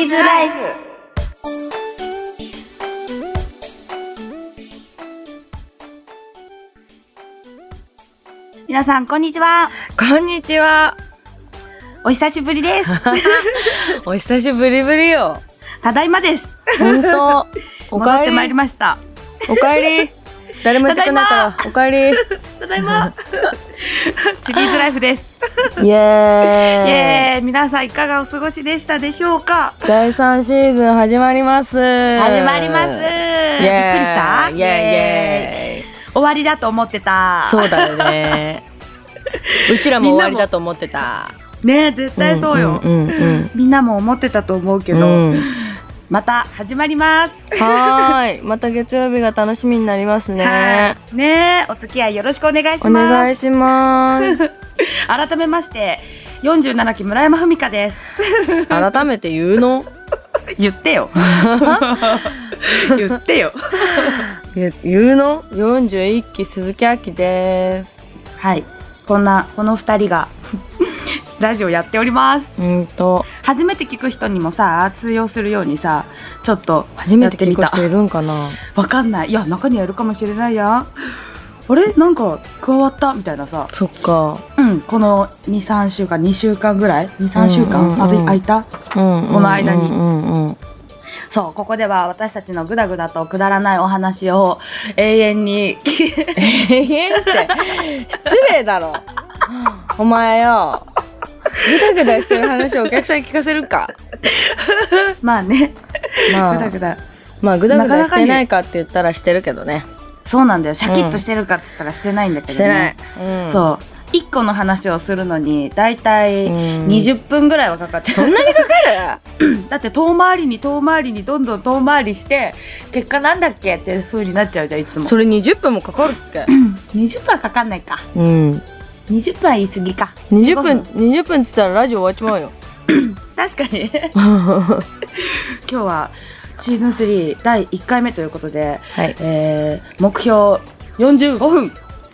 ーズライフ。皆さんこんにちは。 こんにちは。 お久しぶりです。 お久しぶりぶりよ。 ただいまです。 本当。おかえり。 戻ってまいりました。 おかえり。誰も言ってくれないからおかえり。 ただいま。チビーズライフです。 イエーイ。 イエーイ。皆さんいかがお過ごしでしたでしょうか。 第3シーズン始まります。 始まります。びっくりした。 イエーイイエーイ。 終わりだと思ってた。 そうだよね。うちらも終わりだと思ってた。 ねえ、絶対そうよ。みんなも思ってたと思うけど、また始まります。 はーい。また月曜日が楽しみになりますね。 ねえ、お付き合いよろしくお願いします。 お願いします。 改めまして47期村山文香です。 改めて言うの？ 言ってよ。言ってよ。 言うの？41期鈴木亜希です。 はい、この2人がラジオやっております。初めて聞く人にもさ通用するようにさ、ちょっと初めて聞く人いるんかな。 わかんない。いや、中にはいるかもしれないや。あれ、なんか加わったみたいなさ。 そっか。 この 2,3 週間2週間ぐらい 2,3 週間空いた、この間に、そう、ここでは私たちのグダグダとくだらないお話を永遠に永遠って失礼だろ。お前よ、グダグダしてる話をお客さんに聞かせるか。 まあね、グダグダしてないかって言ったらしてるけどね。 そうなんだよ。シャキッとしてるかっつったらしてないんだけどね。 してない。 そう、1個の話をするのにだいたい20分ぐらいはかかっちゃう。 そんなにかかる？ だって遠回りにどんどん遠回りして結果なんだっけって風になっちゃうじゃん、いつも。 それ20分もかかるっけ ？20分はかかんないか。20分は言い過ぎか。 20分って言ったらラジオ終わっちまうよ。 確かに。今日はシーズン3第1回目ということで、目標45分。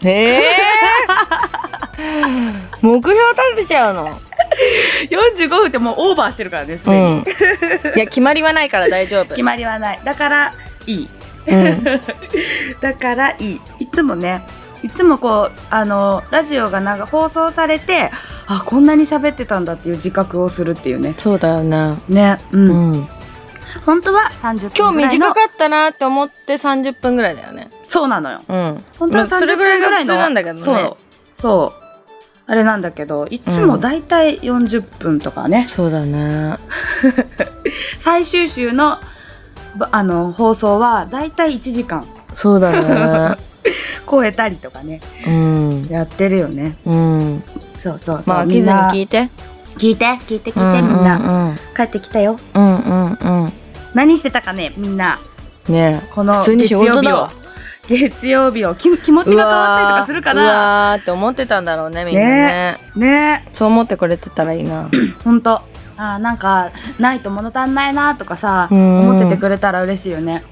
目標立てちゃうの。 45分ってもうオーバーしてるからね、すでに。 いや、決まりはないから大丈夫。 決まりはない。だからいい。だからいい。いつもこうラジオが放送されて、あ、こんなに喋ってたんだっていう自覚をするっていうね。 そうだよね。 ね、本当は30分ぐらいの。 今日短かったなって思って30分ぐらいだよね。 そうなのよ。本当は30分ぐらいの。それぐらいが普通なんだけどね。そう。あれなんだけど、いつもだいたい40分とかね。 そうだね。 最終週の放送はだいたい1時間。 そうだね。 超えたりとかね。やってるよね。そうそう。 まあ飽きずに聞いてみんな。帰ってきたよ。何してたかね、みんな。 ねえ、 この普通に仕事だわ。 月曜日を気持ちが変わったりとかするかな。 うわーって思ってたんだろうね、みんなね。 ね、 そう思ってくれてたらいいな。 本当。なんかないと物足んないなとかさ、思っててくれたら嬉しいよね。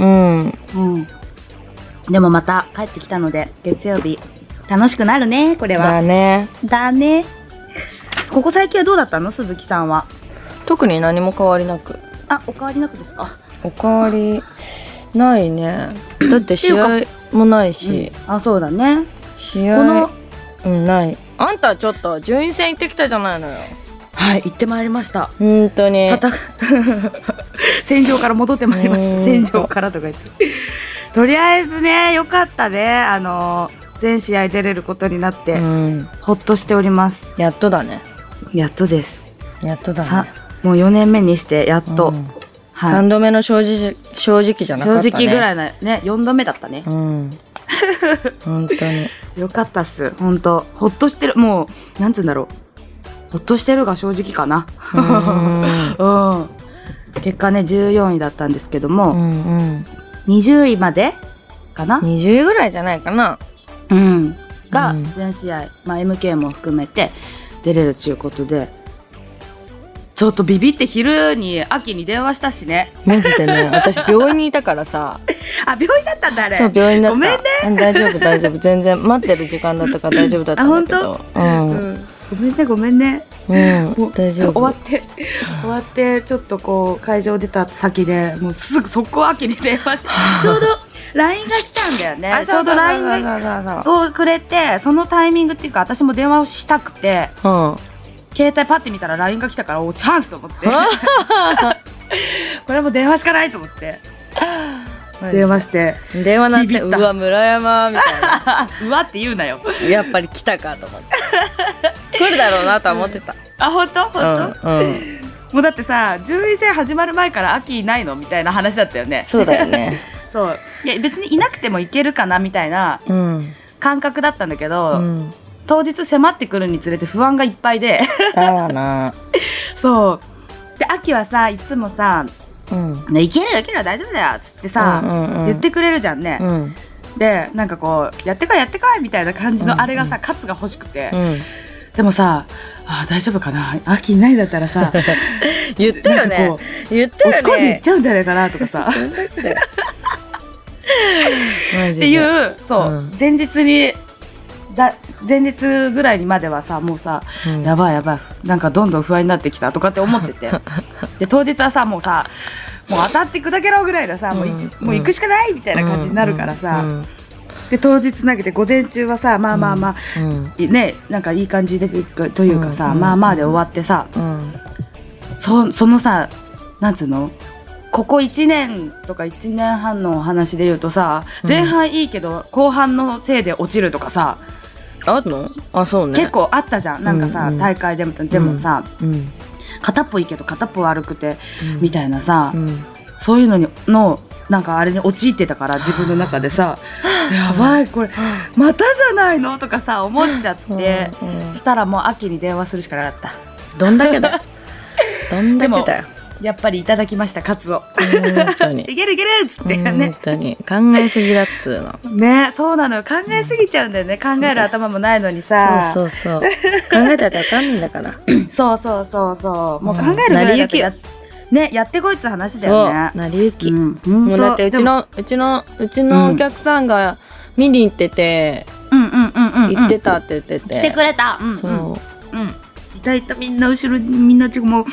でもまた帰ってきたので月曜日楽しくなるね、これは。だね。ここ最近はどうだったの、鈴木さんは？ 特に何も変わりなく。 お変わりなくですか？ お変わりないね。だって試合もないし。 そうだね。 試合ない。あんたちょっと順位戦行ってきたじゃないのよ。 はい、行ってまいりました。 本当に。 戦場から戻ってまいりました。戦場からとか言って。とりあえずね、よかったね。全試合出れることになって、ほっとしております。 やっとだね。 やっとです。 やっとだね。 もう4年目にしてやっと。 3度目の正直じゃなかったね。 正直ぐらいなね、4度目だったね。 本当に。 よかったっす。本当ほっとしてる。もう、なんつうんだろう。ほっとしてるが正直かな。結果ね、14位だったんですけども、20位までかな ?20 位ぐらいじゃないかな。 が全試合、MK も含めて出れるということで、ちょっとビビって昼に秋に電話したしね。 マジでね、私病院にいたからさ。 病院だったんだあれ。 そう病院だった。 ごめんね。 大丈夫全然待ってる時間だったから大丈夫だったんだけど。 ごめんね。 もう大丈夫。 終わってちょっとこう会場出た先でもうすぐ速攻秋に電話してちょうど LINE が来たんだよね。ちょうど LINE をくれて、そのタイミングっていうか私も電話をしたくて、携帯パッて見たら LINE が来たから、おチャンスと思ってこれはもう電話しかないと思って電話して電話なんて、うわ村山みたいなうわって言うなよやっぱり来たかと思って来るだろうなとは思ってた。 あ、本当？もうだってさ、順位戦始まる前から秋いないのみたいな話だったよね。 そうだよねそういや別にいなくてもいけるかなみたいな感覚だったんだけど、当日迫ってくるにつれて不安がいっぱいでだわなそうで秋はさいつもさ、いける大丈夫だよっつってさ、言ってくれるじゃんね、でなんかこうやってこいみたいな感じのあれがさ、カツが欲しくて、でもさ大丈夫かな秋いないんだったらさ言ったよね言ったよね落ち込んでいっちゃうんじゃないかなとかさっていうそう、前日ぐらいにまではさもうさ、やばいなんかどんどん不安になってきたとかって思っててで当日はさもう当たって砕けろぐらいのさ、もう行くしかないみたいな感じになるからさ、で当日投げて午前中はさまあねなんかいい感じでというかさ、まあで終わってさ、そのさなんつうのここ1年とか1年半の話で言うとさ、前半いいけど後半のせいで落ちるとかさあるの？あ、そうね。 結構あったじゃん。なんかさ、大会でもさ、片っぽいいけど片っぽ悪くて、みたいなさ、そういうのなんかあれに陥ってたから自分の中でさやばいこれまたじゃないのとかさ思っちゃって、したらもう秋に電話するしかなかった。 どんだけだよやっぱりいただきましたカツを本当にいけるっつってね、 本当に考えすぎだっつうのね。そうなのよ、考えすぎちゃうんだよね、考える頭もないのにさ、 そう考えたら分かんないんだからそうもう考えるぐらいだってね、やってこいつ話だよね。 成り行き、もうだってうちのお客さんが見に行ってて、行ってたって言ってて来てくれた、いたみんな後ろにみんなもう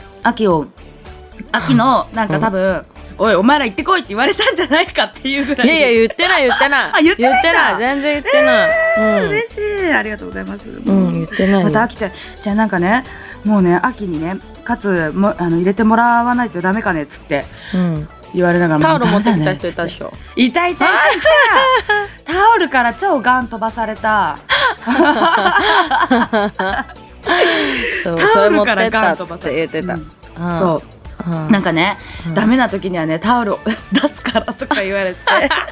秋のなんか多分おいお前ら行ってこいって言われたんじゃないかっていうぐらい。 いや言ってない言ってない全然言ってない、 嬉しい、ありがとうございます。 言ってない。 また秋ちゃんじゃあなんかね、もうね秋にねかつも入れてもらわないとダメかねっつって言われながら、 タオル持ってきた人いたでしょ。 いたタオルから超ガン飛ばされたそうそれ持ってったっつって言ってた、そうなんかね、ダメな時にはねタオルを出すからとか言われて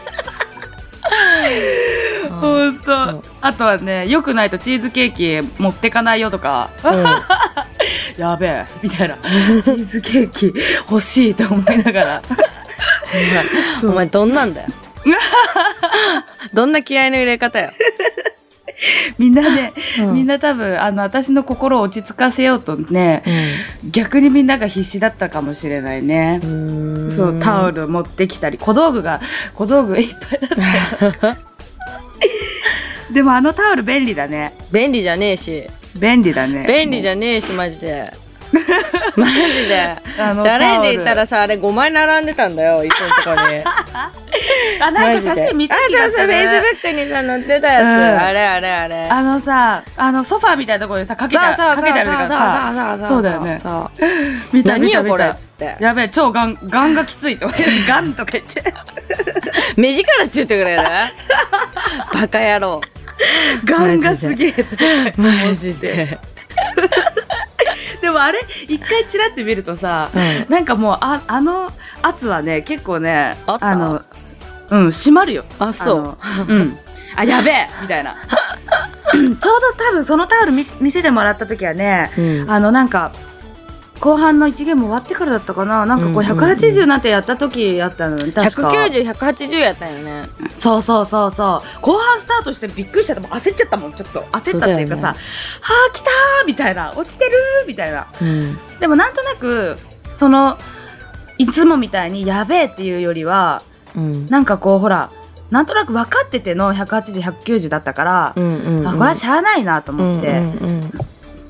本当。あとはね、よくないとチーズケーキ持ってかないよとか、やべえみたいなチーズケーキ欲しいと思いながらお前どんなんだよどんな気合いの入れ方よみんなね、みんな多分私の心を落ち着かせようとね、逆にみんなが必死だったかもしれないね。そうタオル持ってきたり小道具いっぱいだったでもタオル便利だね。 便利じゃねえし便利だね。 便利じゃねえしマジでマジでチャレンジ行ったらさ、あれ5枚並んでたんだよ、一緒のとこになんか写真見た気がする。 フェイスブックにさ載ってたやつ、あれさソファーみたいなところにさかけてあるからさ、そうだよね。 何よこれっつって、 やべえ超ガンがきついとガンとか言って目力って言ってくれるバカ野郎、 ガンがすげえマジででもあれ一回チラって見るとさ、なんかもう圧はね結構ね閉まるよ。 あ、そうあやべえみたいなちょうど多分そのタオル見せてもらった時はね、なんか後半の1ゲーム終わってからだったかな、なんかこう180なんてやった時やったのに確か 190、180やったよね。 そう後半スタートしてびっくりしちゃったもん、焦っちゃったもん、ちょっと焦ったっていうかさ、来たーみたいな、落ちてるーみたいな、でもなんとなくいつもみたいにやべえっていうよりは、なんかこうほらなんとなく分かってての180、190だったから、これはしゃあないなと思って、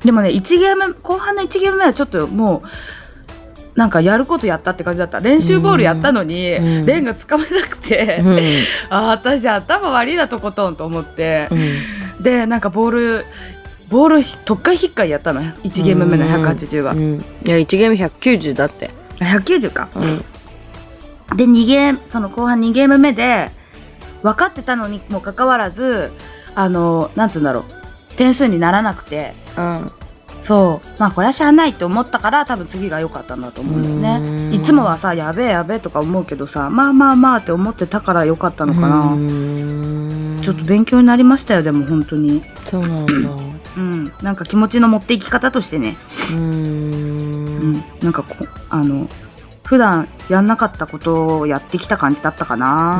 でもね1ゲーム後半の1ゲーム目はちょっともうなんかやることやったって感じだった。練習ボールやったのに、レンがつかめなくて、私頭悪いなとことんと思って、でなんかボール特化引っかいやったの1ゲーム目の180は、いや1ゲーム190だって。 190か、でその後半2ゲーム目で分かってたのにもかかわらずなんつうんだろう点数にならなくて、そうまあこれはしゃあないって思ったから多分次が良かったんだと思うんだよね。いつもはさやべえとか思うけどさまあって思ってたから良かったのかな。ちょっと勉強になりましたよ。でも本当にそうなんだ。 なんか気持ちの持っていき方としてね、なんか普段やんなかったことをやってきた感じだったかな。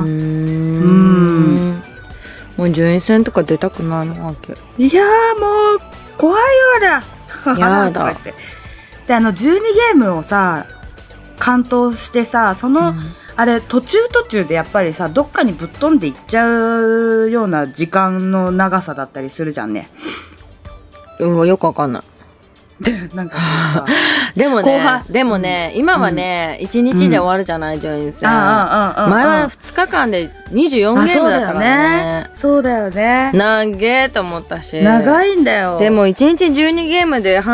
もう順位戦とか出たくないのわけ。 いやーもう怖いよ俺。 やだ。 で12ゲームをさ完登してさあれ途中でやっぱりさどっかにぶっ飛んでいっちゃうような時間の長さだったりするじゃんね。 よくわかんない。 なんかさでもね今はね、1日で終わるじゃない、順位戦。前は2日間で24ゲームだったからね。 そうだよね。 長えと思ったし。 長いんだよ。 でも1日12ゲームで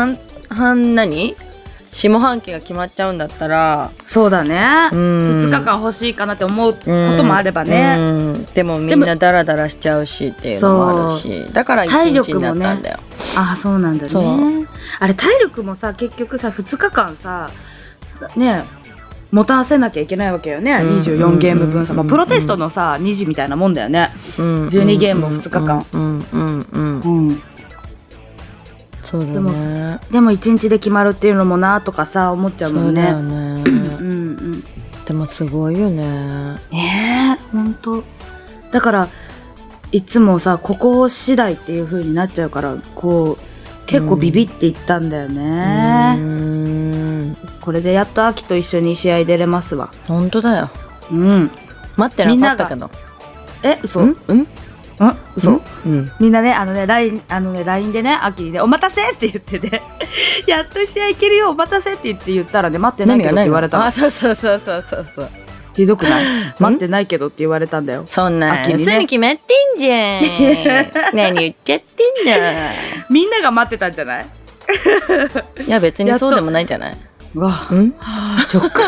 下半期が決まっちゃうんだったらそうだね、2日間欲しいかなって思うこともあればね、 でもみんなダラダラしちゃうしっていうのもあるし、だから1日になったんだよ。 そうなんだね。あれ体力もさ結局さ2日間さね持たせなきゃいけないわけよね。24ゲーム分さ、プロテストのさ2時みたいなもんだよね。12ゲームを2日間。 そうだね。 でも1日で決まるっていうのもなとかさ思っちゃうもんね。 そうだよね。でもすごいよね。 ねえほんと。だからいつもさここ次第っていう風になっちゃうからこう結構ビビっていったんだよね。これでやっと秋と一緒に試合出れますわ。 ほんとだよ。待ってなかったけど。 嘘？嘘？みんなねLINE でね秋にねお待たせって言ってねやっと試合行けるよお待たせって言ったらね待ってないけどって言われたの。 そうひどくない？待ってないけどって言われたんだよ。 そんなすぐ決まってんじゃん。何言っちゃってんだ。 みんなが待ってたんじゃない？ いや別にそうでもないんじゃない？ ショック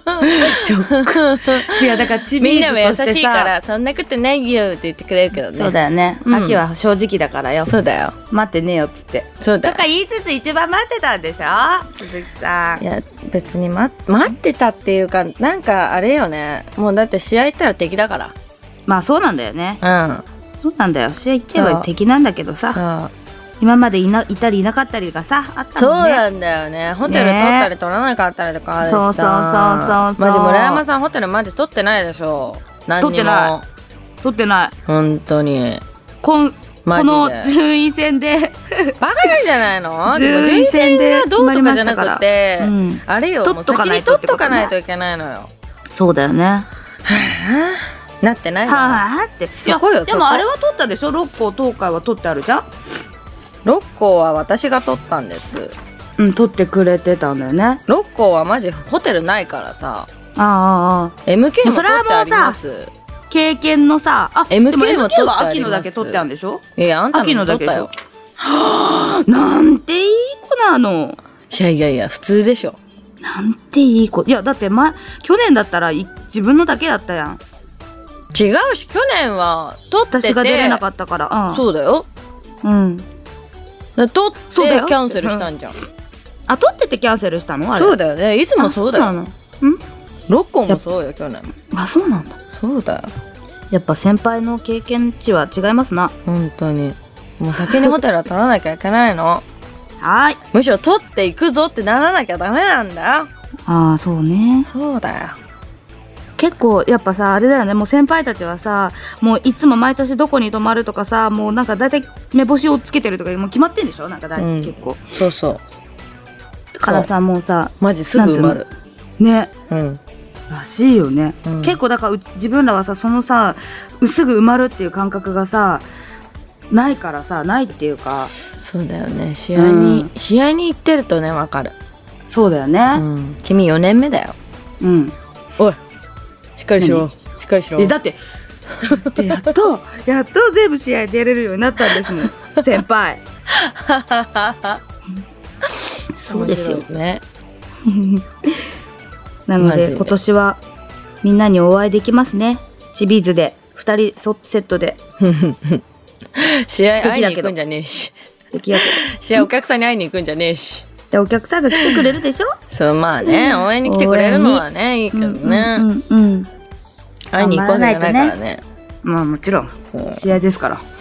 違うだからチビーズとしてさみんなも優しいからそんなことないよって言ってくれるけどね。 そうだよね、秋は正直だからよ。 そうだよ。 待ってねえよっつってそうだよとか言いつつ一番待ってたんでしょ鈴木さん。 いや別に待ってたっていうかなんかあれよね。もうだって試合行ったら敵だから。 まあそうなんだよね。そうなんだよ。試合行っちゃえば敵なんだけどさ今までいたりいなかったりがさあったもんね。そうなんだよね。ホテル取ったり取らなかったりとかあるしさ。マジ村山さんホテルマジ取ってないでしょ。何にも取ってない本当に。 この順位戦でバカなんじゃないの？順位戦がどうとかじゃなくて、あれよもう先に取っとかないといけないのよ。 そうだよね。 なってないの？ ってそこよ。でもあれは取ったでしょ。六甲東海は取ってあるじゃん。 六甲は私が取ったんです。 取ってくれてたんだよね。 六甲はマジホテルないからさ。MK も取ってあります。 経験のさ MK も取ってあります。 MK は秋のだけ取ってあるんでしょ。 いやあんたの取ったよ。 なんていい子なの。 いや普通でしょ。 なんていい子。いやだって去年だったら自分のだけだったやん。 違うし去年は取ってて私が出れなかったから。 そうだよ。取ってキャンセルしたんじゃん。 取っててキャンセルしたの？あれそうだよね。いつもそうだよ。6個もそうよ去年も。 そうなんだ。 そうだよ。 やっぱ先輩の経験値は違いますな。 本当にもう先にホテルは取らなきゃいけないの。 はい。 むしろ取っていくぞってならなきゃダメなんだよ。 そうね。 そうだよ。 結構やっぱさあれだよね。もう先輩たちはさもういつも毎年どこに泊まるとかさもうなんか大体目星をつけてるとかもう決まってんでしょ。なんか結構そうだからさもうさマジすぐ埋まるね。らしいよね。結構だから自分らはさそのさすぐ埋まるっていう感覚がさないからさないっていうかそうだよね。試合に行ってるとね、わかる。 そうだよね。 君4年目だよ。おい、しっかりしろ。しっかりしろ。 だってやっと全部試合出れるようになったんですもん先輩。そうですよね。 なので今年はみんなにお会いできますね。チビーズで2人セットで。 試合会いに行くんじゃねえし。試合お客さんに会いに行くんじゃねえし。 でお客さんが来てくれるでしょ。 そう、まあね、応援に来てくれるのはねいいけどね。会いに行こうじゃないからね。 まあもちろん試合ですから。こ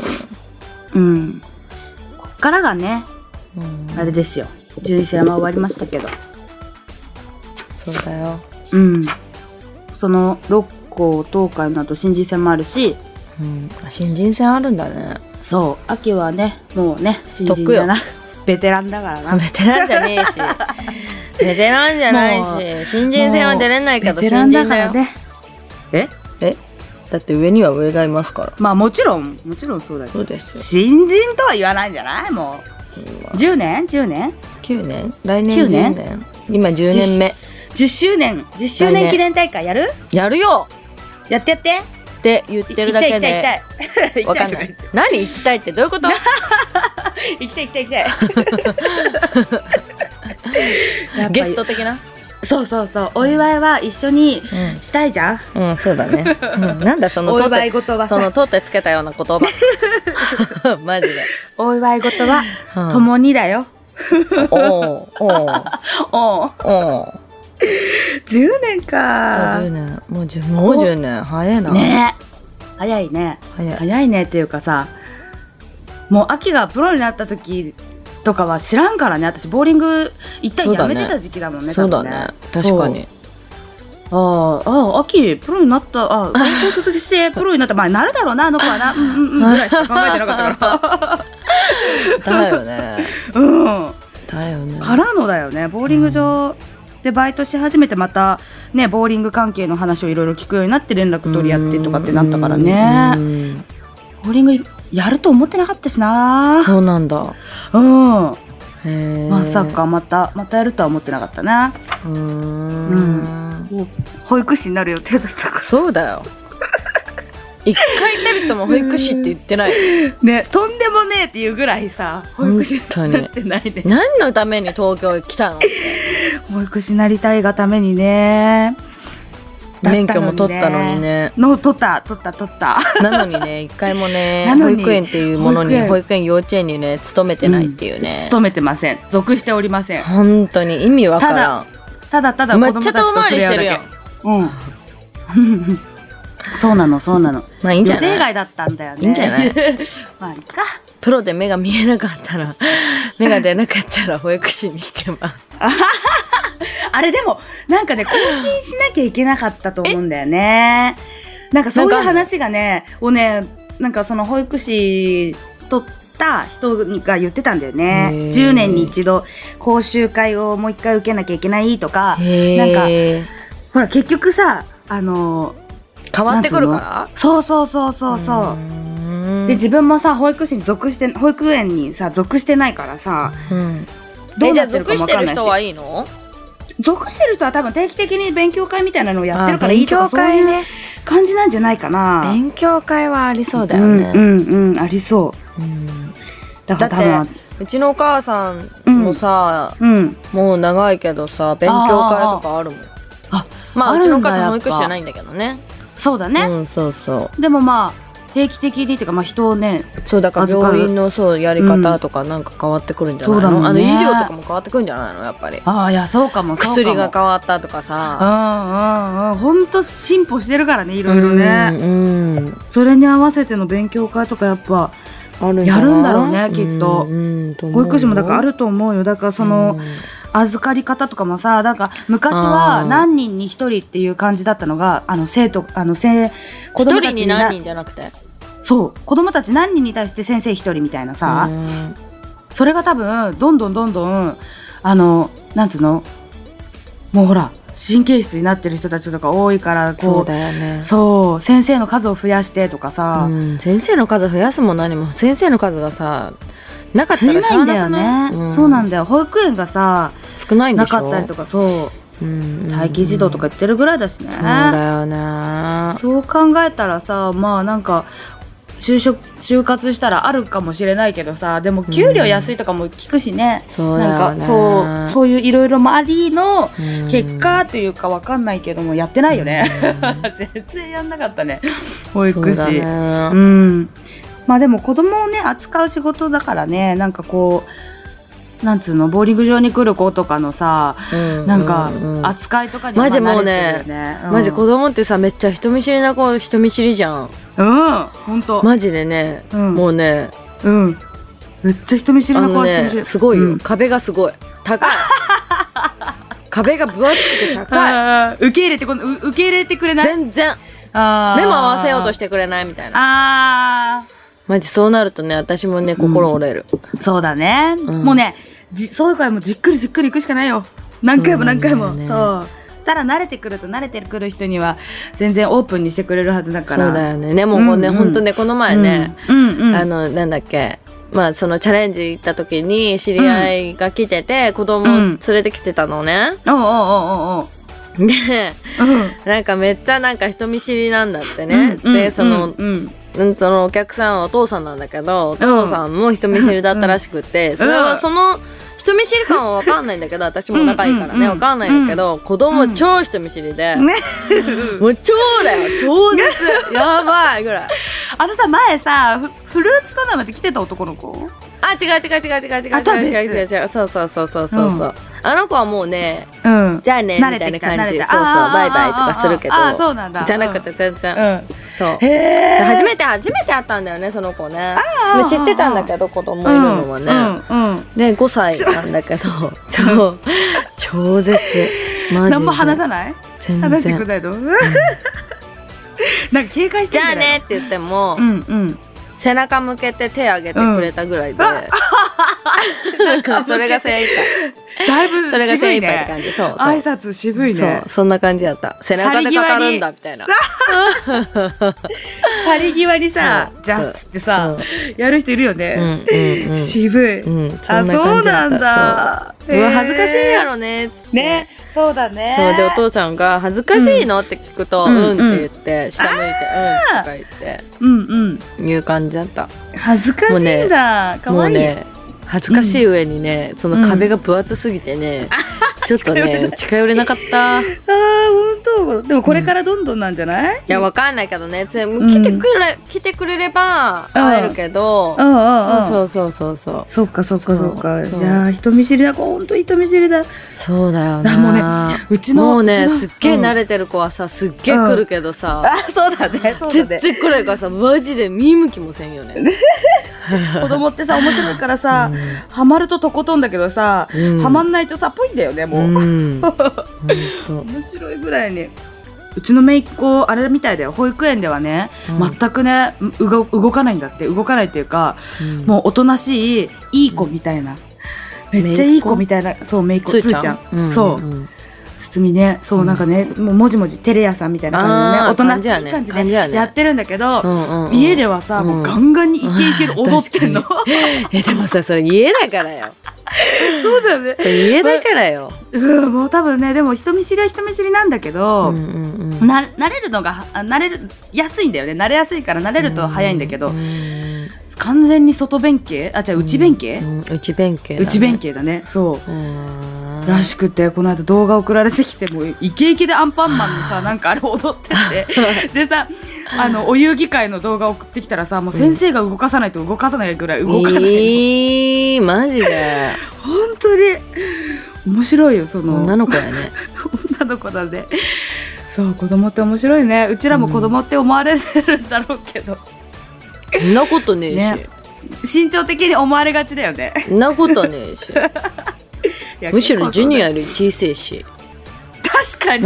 っからがね、あれですよ。順位戦は終わりましたけど。 そうだよ。 その6校東海の後新人戦もあるし、 新人戦あるんだね。 そう、秋はね、もうね、新人だな。ベテランだからな。 ベテランじゃねえし。ベテランじゃないし、新人戦は出れないけど、新人だよ。だって上には上がいますから。 まあもちろんそうだけど。 そうですよ。 新人とは言わないんじゃない？もう。10年 ?9 年来年10年今10年目。 10周年記念大会やる？ やるよ。 やってって言ってるだけでわかんない。何行きたいってどういうこと？ 行きたいゲスト的な？ そうお祝いは一緒にしたいじゃん。 そうだね。なんだそのお祝い事はその取ってつけたような言葉。マジで。 お祝い事は共にだよ。 お 10年か。 10年もう10年早いな。 ね、早いねっていうかさ、もう秋がプロになった時とかは知らんからね。私ボーリング一旦やめてた時期だもんね。 そうだね。確かに。 秋プロになった。高校卒業してプロになった。まあなるだろうな、あの子はな。ぐらいしか考えてなかったから。 だよね。だよね。 からのだよね。ボーリング場でバイトし始めて、またねボーリング関係の話をいろいろ聞くようになって、連絡取り合ってとかってなったからね。ボーリングやると思ってなかったしな。 そうなんだ。 まさかまたやるとは思ってなかったな。保育士になる予定だったから。 そうだよ。一回たりとも保育士って言ってないね。とんでもねえっていうぐらいさ、保育士になってないで。 何のために東京来たの？ 保育士になりたいがためにね。 免許も取ったのにね。 取ったなのにね、一回もね、保育園っていうものに、保育園幼稚園にね勤めてないっていうね。 勤めてません。属しておりません。 本当に意味わからん。 ただ子供たちと触れ合うだけ。そうなの。 まあいいんじゃない？ 予定外だったんだよね。 いいんじゃない？ まあいいか。 プロで目が見えなかったら、目が出なかったら保育士に行けば。 あれでもなんかね、更新しなきゃいけなかったと思うんだよね。なんかそういう話がねなんかその保育士取った人が言ってたんだよね。10年に一度講習会をもう一回受けなきゃいけないとか。なんかほら結局さ、変わってくるから。 そうで、自分もさ保育園にさ属してないからさ、どうなってるかも分かんないし。 属してる人はいいの？ 属してる人は多分定期的に勉強会みたいなのをやってるからいいとか、そういう感じなんじゃないかな。 勉強会はありそうだよね。 ありそう。だから多分うちのお母さんもさ、もう長いけどさ、勉強会とかあるもん。まあうちのお母さん保育士じゃないんだけどね。 そうだね。でもまあ定期的にっていうか、まあ人をね、 そうだから病院のやり方とかなんか変わってくるんじゃないの？そうだね。医療とかも変わってくるんじゃないのやっぱり。 いやそうかも。 薬が変わったとかさ。 本当進歩してるからね、いろいろね。それに合わせての勉強会とかやっぱやるんだろうね、きっと。保育士もだからあると思うよ。だからその預かり方とかもさ、なんか昔は何人に一人っていう感じだったのが、子供たちに何人じゃなくて、 そう子供たち何人に対して先生一人みたいなさ、それが多分どんどんなんつうの、もうほら神経質になってる人たちとか多いから、 そうだよね。 そう先生の数を増やしてとかさ、 先生の数増やすも何も先生の数がさなかった増えらしゃあないんだよなくない？ ね、そうなんだよ。保育園がさ少ないんでしょ。 なかったりとか、そう待機児童とか言ってるぐらいだしね。 そうだよね。 そう考えたらさ、まあなんか就活したらあるかもしれないけどさ、でも給料安いとかも聞くしね、 そうだよね。 なんかそういういろいろもありの結果というかわかんないけどもやってないよね。全然やんなかったね、保育士。 そうだね。 まあでも子供をね扱う仕事だからね、なんかこうなんつうの、ボーリング場に来る子とかのさ、なんか扱いとかにはマジもう慣れてるね、 よね。 マジ子供ってさめっちゃ人見知りな子、人見知りじゃん。 本当。 マジでね、もうね、 めっちゃ人見知りな子は人見知り、 すごいよ、壁がすごい高い。壁が分厚くて高い。 受け入れてくれない。 全然目も合わせようとしてくれないみたいな。マジそうなるとね、私もね心折れる。 そうだね、もうねそういうからもうじっくり行くしかないよ。何回も何回も。そうただ慣れてくる人には全然オープンにしてくれるはずだから。 そうだよね。でもほんとね、この前ね、なんだっけ、まあそのチャレンジ行った時に知り合いが来てて、子供連れてきてたのね。で、なんかめっちゃなんか人見知りなんだってね。でそのお客さんはお父さんなんだけど、お父さんも人見知りだったらしくて、それはその人見知り感は分かんないんだけど、私も仲いいからね分かんないんだけど、子供超人見知りで、もう超だよ、超絶やばいぐらい。 さ前さフルーツトーナメント来てた男の子。 違う、そうあの子はもうね、じゃあねみたいな感じで、そうバイバイとかするけど、じゃなくて全然、そう初めて会ったんだよね、その子ね。知ってたんだけど、子供いるのはね。で5歳なんだけど、超絶マジで何も話さない？ 全然話してくれないの？なんか警戒してんじゃないの？ じゃあねって言っても、背中向けて手挙げてくれたぐらいで、それが精一杯。 だいぶそれが精一杯って渋いね。 感じ。そう挨拶渋いね。 そんな感じだった。背中で語るんだみたいな。 去り際にさ、じゃっつってさやる人いるよね。渋い。そうなんだ。 恥ずかしいやろねっつって。 ね、そうだね。 そうで、お父さんが恥ずかしいのって聞くと、って言って下向いてとか言っていう感じだった。 恥ずかしいんだ。可愛い。 もうね、恥ずかしい上にね、その壁が分厚すぎてね、ちょっとね近寄れなかった。 本当。でもこれからどんどんなんじゃない？ いやわかんないけどね、来てくれれば会えるけど、そう。 そっか。いや人見知りだ、本当人見知りだ。 そうだよね。 もうね、うちのもうね、すっげえ慣れてる子はさ、すっげえ来るけどさ、 そうだね。 全然来ないからさ、マジで見向きもせんよね。 子供ってさ面白いからさ、ハマるととことんだけどさ、ハマんないとさぽいんだよね、もう。面白いぐらいに。うちの姪っ子あれみたいだよ、保育園ではね、全くね動かないんだって。動かないっていうか、もうおとなしいいい子みたいな、めっちゃいい子みたいな。そう姪っ子つーちゃん、そう堤ね、そうなんかね、もうもじもじテレ屋さんみたいな感じのね、おとなしい感じでやってるんだけど、家ではさもうガンガンにイケイケで踊ってんの。 でもさ、それ家だからよ。 そうだよね。 それ家だからよ。 もう多分ね、でも人見知りは人見知りなんだけど、慣れるのが安いんだよね。慣れやすいから慣れると早いんだけど、完全に外弁慶、内弁慶、 内弁慶だね。そうらしくて、この間動画送られてきて、もうイケイケでアンパンマンのさなんかあれ踊っててでさ、お遊戯会の動画送ってきたらさ、もう先生が動かさないと動かさないぐらい動かないの。 マジで本当に面白いよ。その女の子やね。 女の子だね。そう、子供って面白いね。うちらも子供って思われてるんだろうけど、 そんなことねえし、身長的に思われがちだよね。 そんなことねえしむしろジュニアより小さいし。 確かに。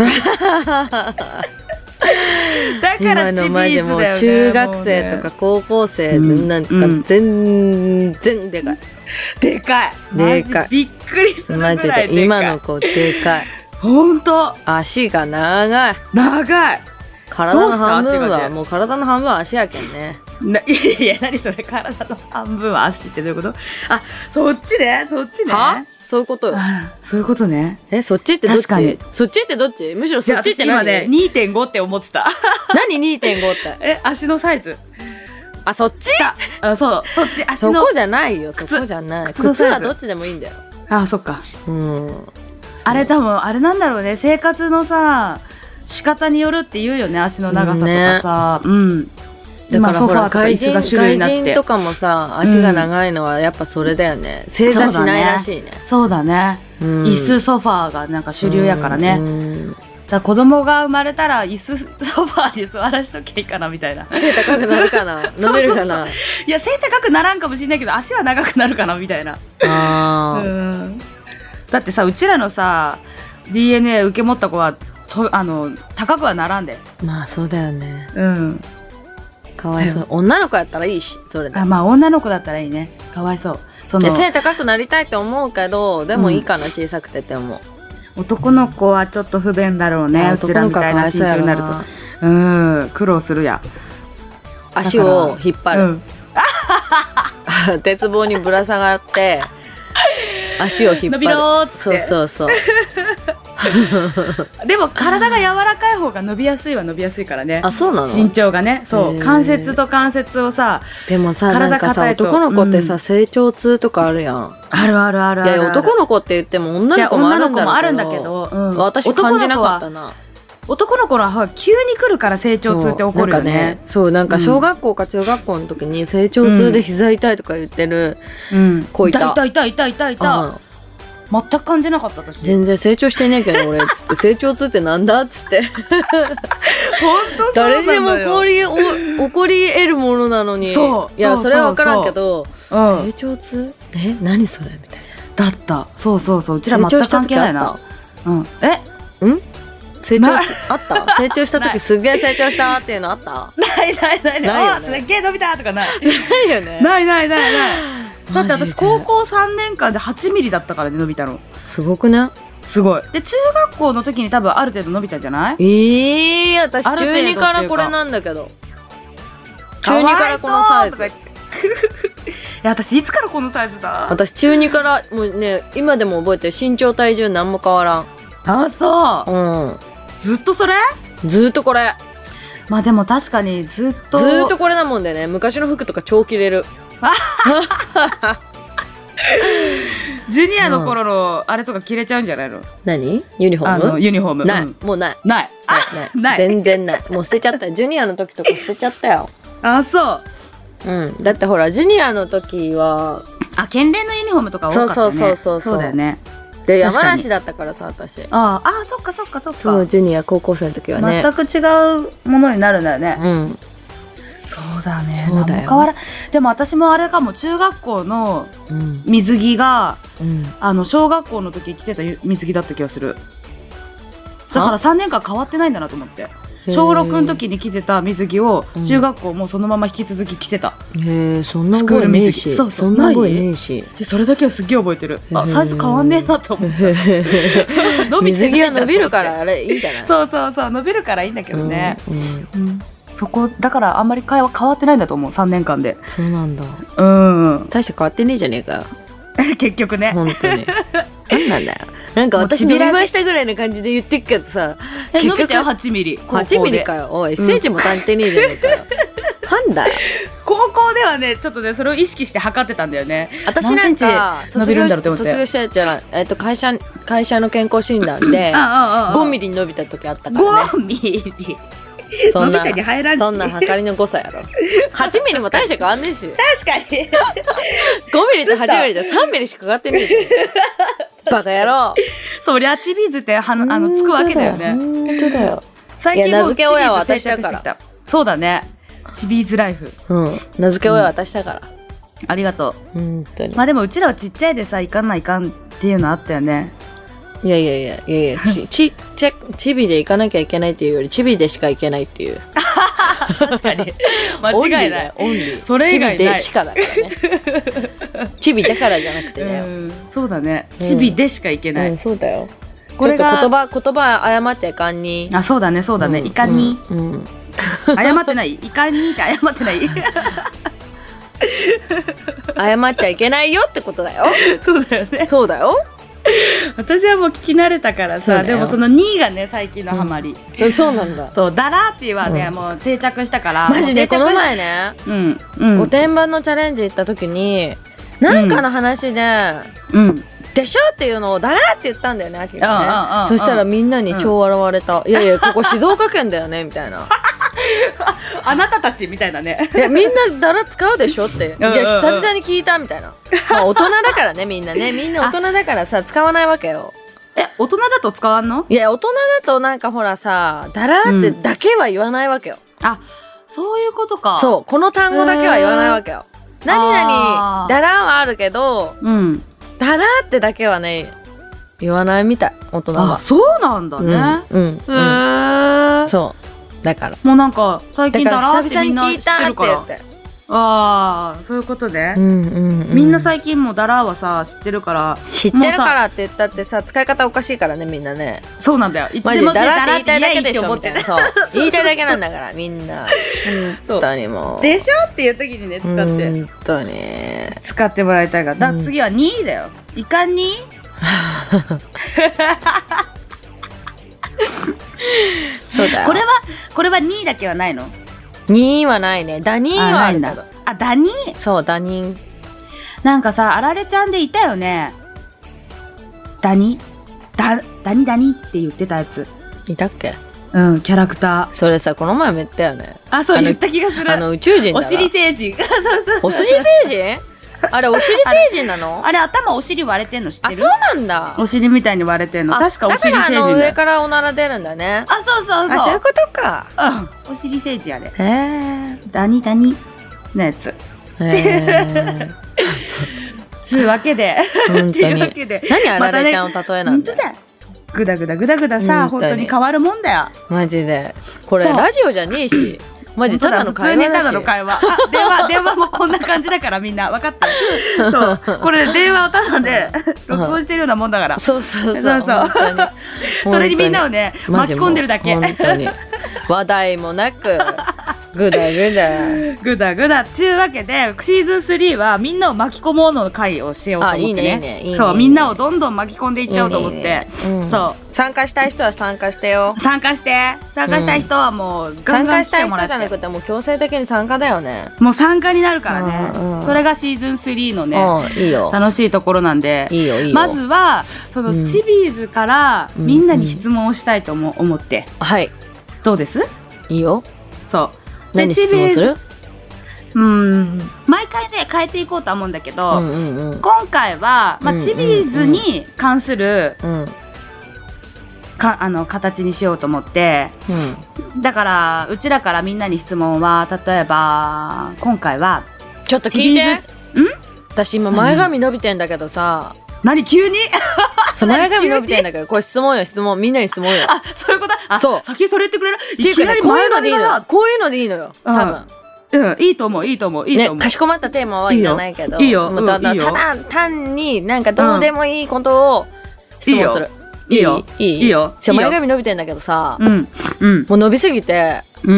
だからチビーズだよね。今のマジもう中学生とか高校生なんか全然でかい。 でかい。マジびっくりするぐらいでかい。 マジで今の子でかい。 本当。 足が長い。 長い。 体の半分はもう体の半分は足やけんね。 いや何それ、体の半分は足ってどういうこと？あ、そっちね。 は？そういうことよ。 そういうことね。 そっちってどっち？そっちってどっち？むしろそっちって何？ 今ね 2.5 って思ってた。 何 2.5 って？ 足のサイズ。 あ、そっち？ そう、そっち、足の。 そこじゃないよ、そこじゃない。靴はどっちでもいいんだよ。 あ、そっか。あれ多分あれなんだろうね、生活のさ仕方によるって言うよね、足の長さとかさ。 だからほら外人とかもさ、足が長いのはやっぱそれだよね。正座しないらしいね。 そうだね。椅子ソファーがなんか主流やからね。だから子供が生まれたら椅子ソファーに座らしときゃいいかなみたいな。 背高くなるかな、伸びるかな。 いや背高くならんかもしれないけど足は長くなるかなみたいな。だってさ、うちらのさ DNA 受け持った子は高くはならんで。 まあそうだよね。かわいそう。女の子やったらいいし、それで。 まあ女の子だったらいいね。かわいそう。 背高くなりたいと思うけど、でもいいかな、小さくてって思う。 男の子はちょっと不便だろうね、うちらみたいな身長になると。苦労するや。 足を引っ張る。鉄棒にぶら下がって足を引っ張る。 伸びろーっつって。 そうでも体が柔らかい方が伸びやすいは伸びやすいからね。 あ、そうなの？ 身長がね。そう、関節と関節をさ、 でもさ、なんかさ、男の子ってさ、成長痛とかあるやん。 あるあるある。 いや男の子って言っても女の子もあるんだけど、私感じなかったな。 男の子は急に来るから成長痛って起こるよね。 そう、なんか小学校か中学校の時に成長痛で膝痛いとか言ってる子いた。 いた。全く感じなかった私。 全然成長してねえけど俺っつって成長痛ってなんだっつって。 本当そうなのよ。 誰でも起こり得るものなのに。 そう。 いやそれは分からんけど、成長痛？何それみたいな。だった。そう。うちら全く関係ないな。 成長あった？成長した時すっげえ成長したっていうのあった？ ない。すっげえ伸びたとかない。 ないよね。 ない。だって私高校3年間で8ミリだったからね、伸びたの。 すごくね。 すごい。で中学校の時に多分ある程度伸びたんじゃない？ 私中2からこれなんだけど。中2からこのサイズ。いや私いつからこのサイズだ？ 私中2からもうね、今でも覚えてる。身長体重何も変わらん。 あ、そう。ずっとそれ？ ずっとこれ。 まあでも確かにずっとこれなもんでね。昔の服とか超着れる。 ジュニアの頃のあれとか着れちゃうんじゃないの？ 何？ユニフォーム？ ユニフォームない。もうない。 ない全然ない。もう捨てちゃった。ジュニアの時とか捨てちゃったよ。 あ、そう。 だってほらジュニアの時は県連のユニフォームとか多かったよね。そうだよね。 で山梨だったからさ、私。そっか。 そうジュニア高校生の時はね。 全く違うものになるんだよね。そうだね。 そうだよ。 でも私もあれかも、中学校の水着が、小学校の時着てた水着だった気がする。だから3年間変わってないんだなと思って。小6の時に着てた水着を中学校もそのまま引き続き着てた。 そんな覚えねえし。 そんな覚えねえし。それだけはすっげえ覚えてる。サイズ変わんねえなと思って。 水着は伸びるからあれいいんじゃない？ そう伸びるからいいんだけどね。そこだからあんまり変わってないんだと思う、3年間で。 そうなんだ。大して変わってねえじゃねえか。 結局ね。 本当に。なんなんだよ。なんか私伸びましたぐらいの感じで言ってっけどさ、 伸びたよ8ミリ。 8ミリかよ。おい、1センチも足りてねえじゃねえかよ。なんだよ。 高校ではね、ちょっとねそれを意識して測ってたんだよね。 私なんか卒業したやつじゃない。会社の健康診断で5ミリ伸びた時あったからね。 5ミリ。 そんな測りの誤差やろ。8ミリも大して変わんねえし。 確かに。5 ミリと8ミリじゃ3ミリしかかかってねえじゃん。バカ野郎。 そりゃチビーズってつくわけだよね。 本当だよ。 最近名付け親は私だから。 そうだね。チビーズライフ。 名付け親は私だから。 ありがとう。本当に。まあでもうちらはちっちゃいでさ、いかんっていうのあったよね。 いやチビで行かなきゃいけないっていうよりチビでしか行けないっていう。 確かに間違いない。 オンリー。 それ以外ない。 チビでしかだからね。チビだからじゃなくてね。 そうだね。チビでしか行けない。 そうだよ。これが言葉謝っちゃいかんに。 そうだねいかんに。 謝ってない？いかにって謝ってない？ 謝っちゃいけないよってことだよ。 そうだよね。 そうだよ。 私はもう聞き慣れたからさ。でもその2位がね最近のハマり、 そうなんだ。 そうダラーっていうはね、もう定着したから。 マジでこの前ね、御殿場のチャレンジ行った時になんかの話で、でしょっていうのをダラーって言ったんだよね、秋がね。そしたらみんなに超笑われた。いやいやここ静岡県だよねみたいな。 あなたたちみたいなね。 いやみんなダラ使うでしょって。いや久々に聞いたみたいな。まあ大人だからねみんな大人だからさ使わないわけよ。 大人だと使わんの？ いや大人だとなんかほらさダラってだけは言わないわけよ。 あ、そういうことか。 そうこの単語だけは言わないわけよ。何々ダラはあるけど、ダラってだけはね言わないみたい大人は。 そうなんだね。 そうだからもうなんか最近ダラってみんな知ってるから。 ってそういうことで、みんな最近もうダラはさ知ってるから。 知ってるからって言ったってさ使い方おかしいからねみんなね。 そうなんだよ。いつでもダラって言いたいだけでしょみみたいな。そう言いたいだけなんだからみんな。本当にもうでしょっていう時にね使って本当に使ってもらいたいから。次は2位だよ。いかにそうだよ。 これは2位だけはないの ？2位はないね。ダニーはあるんだ。 ダニー。 そうダニー。 なんかさあられちゃんでいたよね。ダニって言ってたやついたっけ？ キャラクター。 それさこの前も言ったよね。 そう言った気がする。 宇宙人だ。 お尻星人。 お尻星人？あれお尻星人なの？ あれ頭お尻割れてんの知ってる？ そうなんだ。 お尻みたいに割れてんの。確かお尻星人だ。 だから上からおなら出るんだね。 そうそういうことか。 お尻星人あれ。ダニのやつ。つうわけで本当に何あられちゃんを例えなんだよ。 グダグダさ本当に変わるもんだよマジで。これラジオじゃねえしマジただの会話だし。 ただの会話。電話もこんな感じだからみんな分かってる。そうこれ電話をただで録音してるようなもんだから。 そうそれにみんなをね巻き込んでるだけ。 本当に話題もなくグダグダちゅうわけでシーズン3はみんなを巻き込もうの回をしようと思ってね。そうみんなをどんどん巻き込んでいっちゃおうと思って。そう参加したい人は参加してよ。 参加したい人はもうガンガン来てもらって。参加したい人じゃなくてもう強制的に参加だよね。 もう参加になるからね。それがシーズン3のね楽しいところなんで。 いいよまずはそのチビーズからみんなに質問をしたいと思って。 はいどうです？ いいよ。 そう何質問する？ 毎回ね変えていこうとは思うんだけど、今回は、チビーズに関する、形にしようと思って、だからうちらからみんなに質問は例えば今回はちょっと聞いて。私今前髪伸びてんだけどさ。 何急に前髪伸びてんだけどこれ質問よみんなに質問よ。 そういうこと。 そう先それ言ってくれる？ いきなり前髪がこういうのでいいのよ多分。いいと思う。 かしこまったテーマはいらないけど。 いいよ。 ただ単になんかどうでもいいことを質問する。いいよ。前髪伸びてんだけどさもう伸びすぎて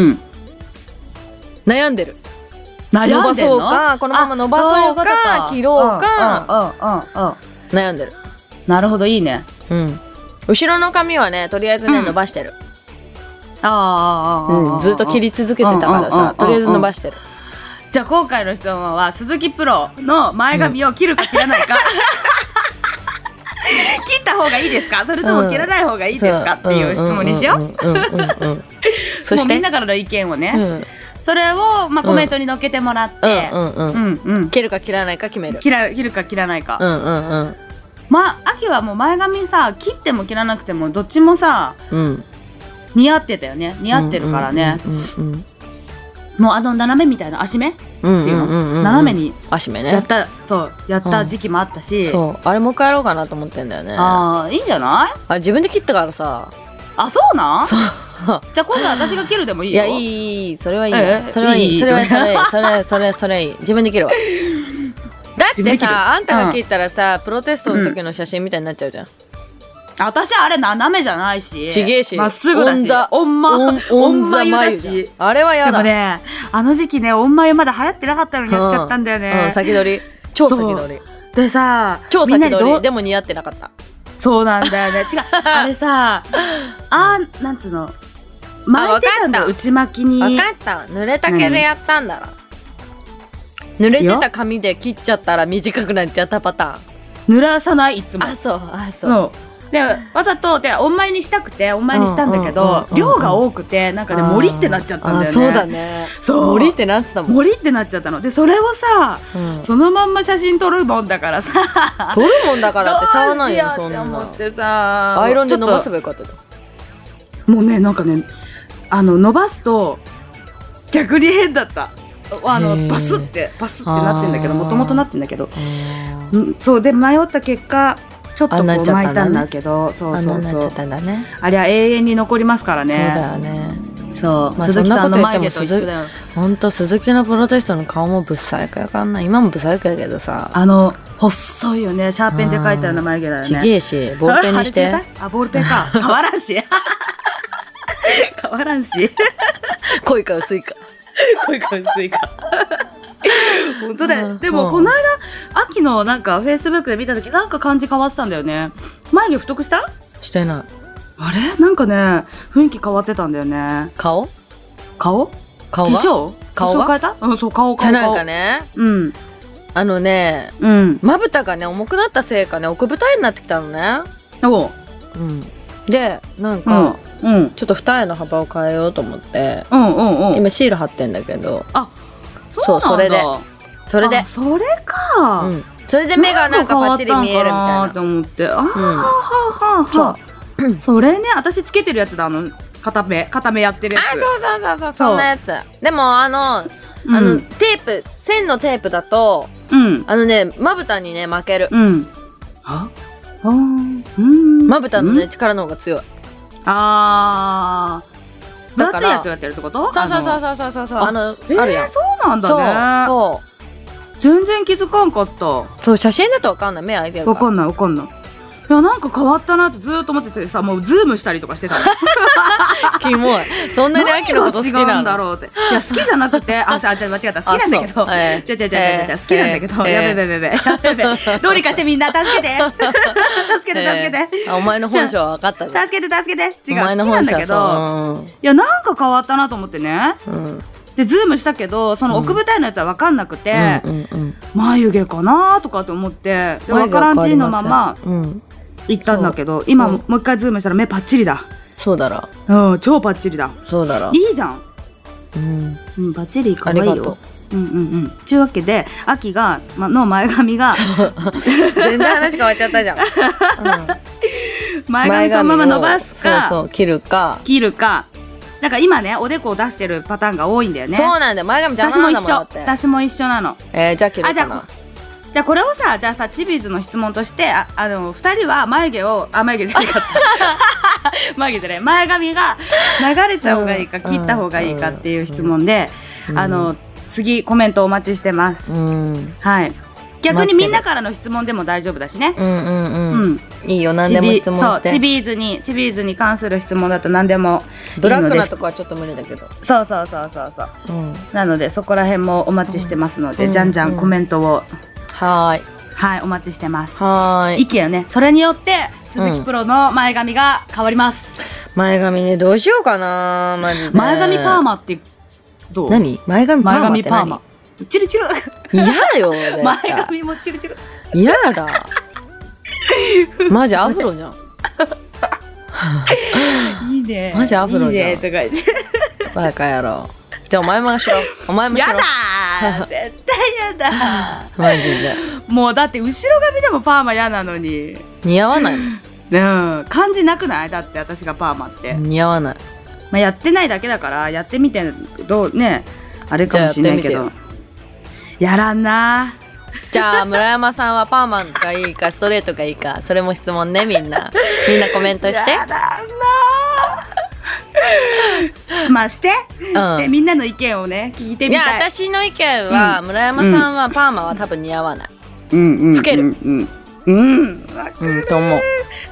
悩んでる。伸ばそうかこのまま伸ばそうか切ろうか悩んでる。 なるほどいいね。 後ろの髪はねとりあえずね伸ばしてる。ずっと切り続けてたからさとりあえず伸ばしてる。 じゃあ今回の質問は鈴木プロの前髪を切るか切らないか。切った方がいいですかそれとも切らない方がいいですかっていう質問にしよう。そしてみんなからの意見をねそれをコメントに載っけてもらって切るか切らないか決める。 切るか切らないか。秋はもう前髪さ切っても切らなくてもどっちもさ似合ってたよね。似合ってるからね。もう斜めみたいな足目っていうの斜めに足目ねやった時期もあったし。 あれもう一回やろうかなと思ってんだよね。 いいんじゃない？ 自分で切ったからさ。 そうなん？じゃあ今度私が切るでもいいよ。 いやいいそれはいいそれはいいそれいい自分で切るわ。だってさあんたが切ったらさプロテストの時の写真みたいになっちゃうじゃん。 私あれ斜めじゃないし、 ちげえし、 まっすぐだし、オン眉だし。 あれはやだ。 でもね、あの時期ね、オン眉まだ流行ってなかったのにやっちゃったんだよね。 先取り、超先取りでさ、 超先取りでも似合ってなかった。 そうなんだよね。違う、あれさ、なんつうの、巻いてたんだよ、内巻きに。 分かった、濡れた毛でやったんだろ。濡れてた髪で切っちゃったら短くなっちゃったパターン。 濡らさない、いつも。 そうで、わざとでお前にしたくてお前にしたんだけど、量が多くてなんかね、森ってなっちゃったんだよね。 そうだね、森ってなってたもん。 森ってなっちゃったので、それをさ、そのまんま写真撮るもんだからさ、 撮るもんだからってしゃあないよ、そんな。 思ってさ、 アイロンで伸ばせばよかったよ。 もうね、なんかね、伸ばすと逆に変だった。バスってなってんだけど、もともとなってんだけど、そうで迷った結果ちょっとこう巻いたんだけど、そう、あれは永遠に残りますからね。 そうだよね。 そう、鈴木さんの眉毛と一緒だよ。 ほんと鈴木のプロテストの顔もぶっさいかやかんない。今もぶっさいかやけどさ、 細いよね、シャーペンで描いたような眉毛だよね。 ちげえし、ボールペンにして。 ボールペンか、変わらんし変わらんし濃いか薄いか本当だよ。でもこの間秋のなんかフェイスブックで見た時、なんか感じ変わってたんだよね。眉毛太くした？ してない。 あれなんかね、雰囲気変わってたんだよね。 顔化粧変えた？そう、顔じゃなんかね、まぶたがね重くなったせいかね、奥二重になってきたのね。でなんかちょっと二重の幅を変えようと思って、今シール貼ってんだけど、そう、それでそれか、 それで目がなんかパッチリ見えるみたいなと思って、それね、私つけてるやつだ、片目やってるやつ。 そうそんなやつ。でもテープ、線のテープだとまぶたにね負ける。まぶたのね力の方が強い。 分厚いやつやってるってこと？そうあるやん。 そうなんだね。そう全然気づかんかった。 そう、写真だと分かんない、目開いてるから。 分かんない。いや、なんか変わったなってずーっと思っててさ、もうズームしたりとかしてたの。 キモい。そんなに秋のこと好きなの？ 何が違うんだろうって。いや、好きじゃなくて、間違った。好きなんだけど、好きなんだけど、やべ。どうにかしてみんな助けて。助けて。 お前の本性は分かったぞ。 助けて。違う、好きなんだけど、いや、なんか変わったなと思ってね。でズームしたけど、その奥舞台のやつは分かんなくて、眉毛かなとかって思って、分からんちのまま行ったんだけど、今もう一回ズームしたら目パッチリだ。 そうだろ。 超パッチリだ。 そうだろ。 いいじゃん。パッチリ可愛いよ。というわけで、秋がの前髪が全然話変わっちゃったじゃん。 前髪そのまま伸ばすか、 切るか。 なんか今ね、おでこを出してるパターンが多いんだよね。 そうなんだよ、前髪邪魔なんだもんだって。 私も一緒なの。 じゃあ切るかな。 じゃあこれをさ、チビーズの質問として、2人は眉毛じゃなかった眉毛じゃない、前髪が流れた方がいいか、切った方がいいかっていう質問で、次コメントお待ちしてます。はい。逆にみんなからの質問でも大丈夫だしね。 いいよ、何でも質問して。 チビーズに関する質問だと何でもいいので。 ブラックなとこはちょっと無理だけど。 そう。なのでそこら辺もお待ちしてますので、じゃんじゃんコメントをはいお待ちしてます。意見よね。それによって鈴木プロの前髪が変わります。 前髪ね、どうしようかな、マジで。 前髪パーマってどう？ 何？前髪パーマって何？ チルチル。 嫌よ。 前髪もチルチル。 嫌だ。マジアフロじゃん。 いいね。 マジアフロじゃん。 いいねとか言って。 バカ野郎。じゃあお前もしろ。 やだ。絶対やだ。 マジで。 もうだって後ろ髪でもパーマ嫌なのに。 似合わないもん。感じなくない？だって私がパーマって。 似合わない。 やってないだけだからやってみてどうね、あれかもしれないけど。やらんな。 じゃあ村山さんはパーマがいいかストレートがいいか、それも質問ね。みんなコメントして。 やらんな。してみんなの意見をね聞いてみたい。 いや、私の意見は、村山さんはパーマは多分似合わない。老ける。と思う。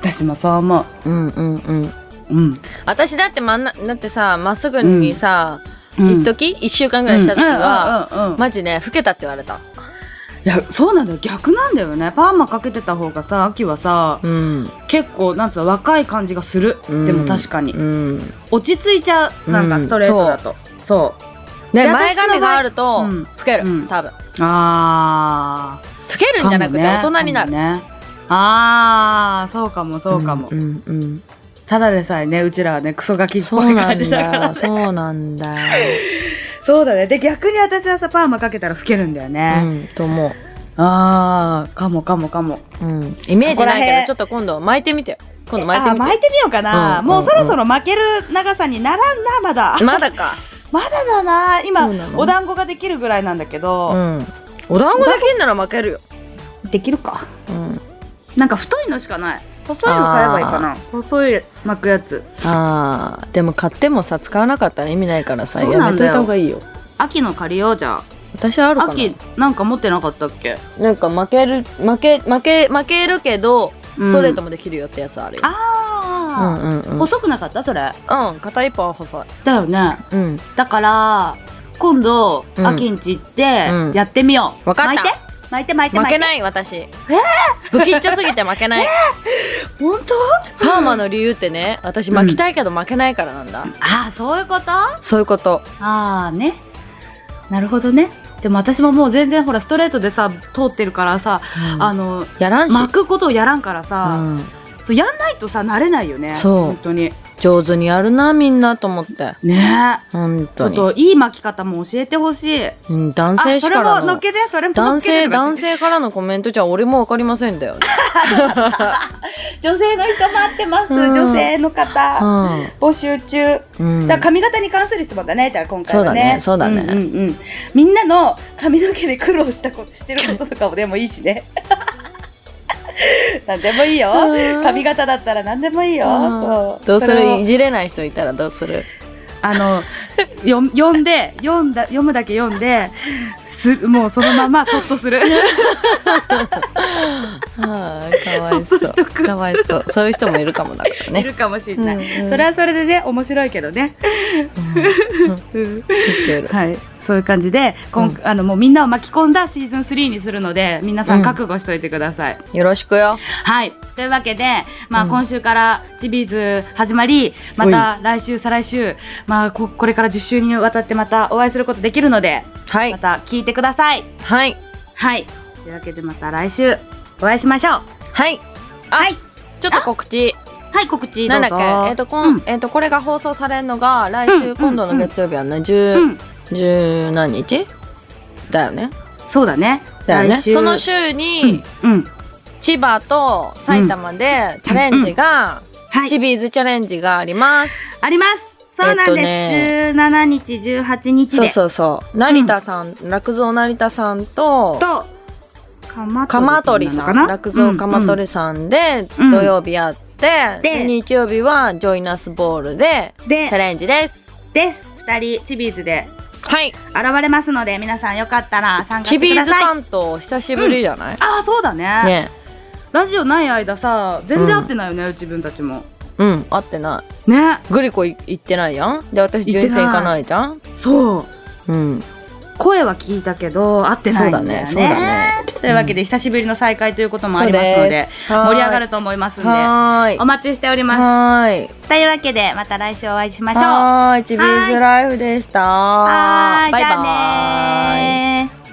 私もそう思う。 うんうんうんうん。私だってだってさ、まっすぐにさ、一時1週間ぐらいした時はマジね老けたって言われた。 いやそうなんだよ、逆なんだよね。パーマかけてた方がさ、秋はさ、結構なんつうの若い感じがする。でも確かに、落ち着いちゃう、なんかストレートだと。そうで前髪があると老ける、多分。老けるんじゃなくて大人になるね。 そうかもそうかも。ただでさえね、うちらはねクソガキっぽい感じだからね。 そうなんだそうだね。で逆に私はさパーマかけたら老けるんだよね。 と思う。 かも、 イメージないけどちょっと今度巻いてみて。今度巻いてみようかな。もうそろそろ巻ける長さにならんな。まだかまだだな。今お団子ができるぐらいなんだけど、 お団子できんなら巻けるよ。 できるか。なんか太いのしかない。細いの買えばいいかな。細い巻くやつ。 でも買ってもさ使わなかったら意味ないからさ、やめといた方がいいよ。 秋の借りよう。じゃあ私あるかな。 秋なんか持ってなかったっけ。 なんか負けるけどストレートもできるよってやつあるよ。 細くなかったそれ。 片一方は細いだよね。だから今度秋んち行ってやってみよう。 分かった。 巻いて負けない私。不吉っちゃすぎて負けない。 本当？ パーマの理由ってね、私巻きたいけど負けないからなんだ。 そういうこと？ そういうこと。 ね。なるほどね。でも私ももう全然ほらストレートでさ通ってるからさ、 やらんし巻くことをやらんからさ、やんないとさ慣れないよね。本当に上手にやるなみんなと思ってね。 本当にちょっといい巻き方も教えてほしい。 男性しからの男性からのコメントじゃ俺も分かりませんだよね。 女性の人待ってます。女性の方募集中。だから髪型に関する質問だね。じゃあ今回はね。 そうだね。 みんなの髪の毛で苦労してることとかもでもいいしね。何でもいいよ。髪型だったら何でもいいよ。 どうする？いじれない人いたらどうする？ 読むだけ読んでもうそのままそっとする。 かわいそう。かわいそう。そういう人もいるかもだからね。 いるかもしれない。それはそれでね面白いけどね。はい。そういう感じでもうみんなを巻き込んだシーズン3にするので皆さん覚悟しといてください。 よろしくよ。 はい。というわけで、今週からチビーズ始まり、また来週再来週、これから10週にわたってまたお会いすることできるので、また聞いてください。はい。というわけでまた来週お会いしましょう。はい。 ちょっと告知。 告知どうぞ。 なんだっけ。これが放送されるのが来週今度の月曜日はね、10何日だよね。 そうだね。 その週に千葉と埼玉でチャレンジがチビーズチャレンジがあります。 そうなんです。17日18日でそう成田さん、落蔵成田さんと鎌取さん、落蔵鎌取さんで土曜日やって、日曜日はジョイナスボールでチャレンジです。2人チビーズで現れますので、皆さんよかったら参加してください。チビーズ担当久しぶりじゃない？そうだね。ラジオない間さ全然会ってないよね、自分たちも。会ってないね。グリコ行ってないやん。で私純正行かないじゃん。声は聞いたけど会ってないんだよね。そうだね。というわけで久しぶりの再会ということもありますので盛り上がると思いますんでお待ちしております。というわけでまた来週お会いしましょう。チビーズライフでした。バイバイ。じゃあね。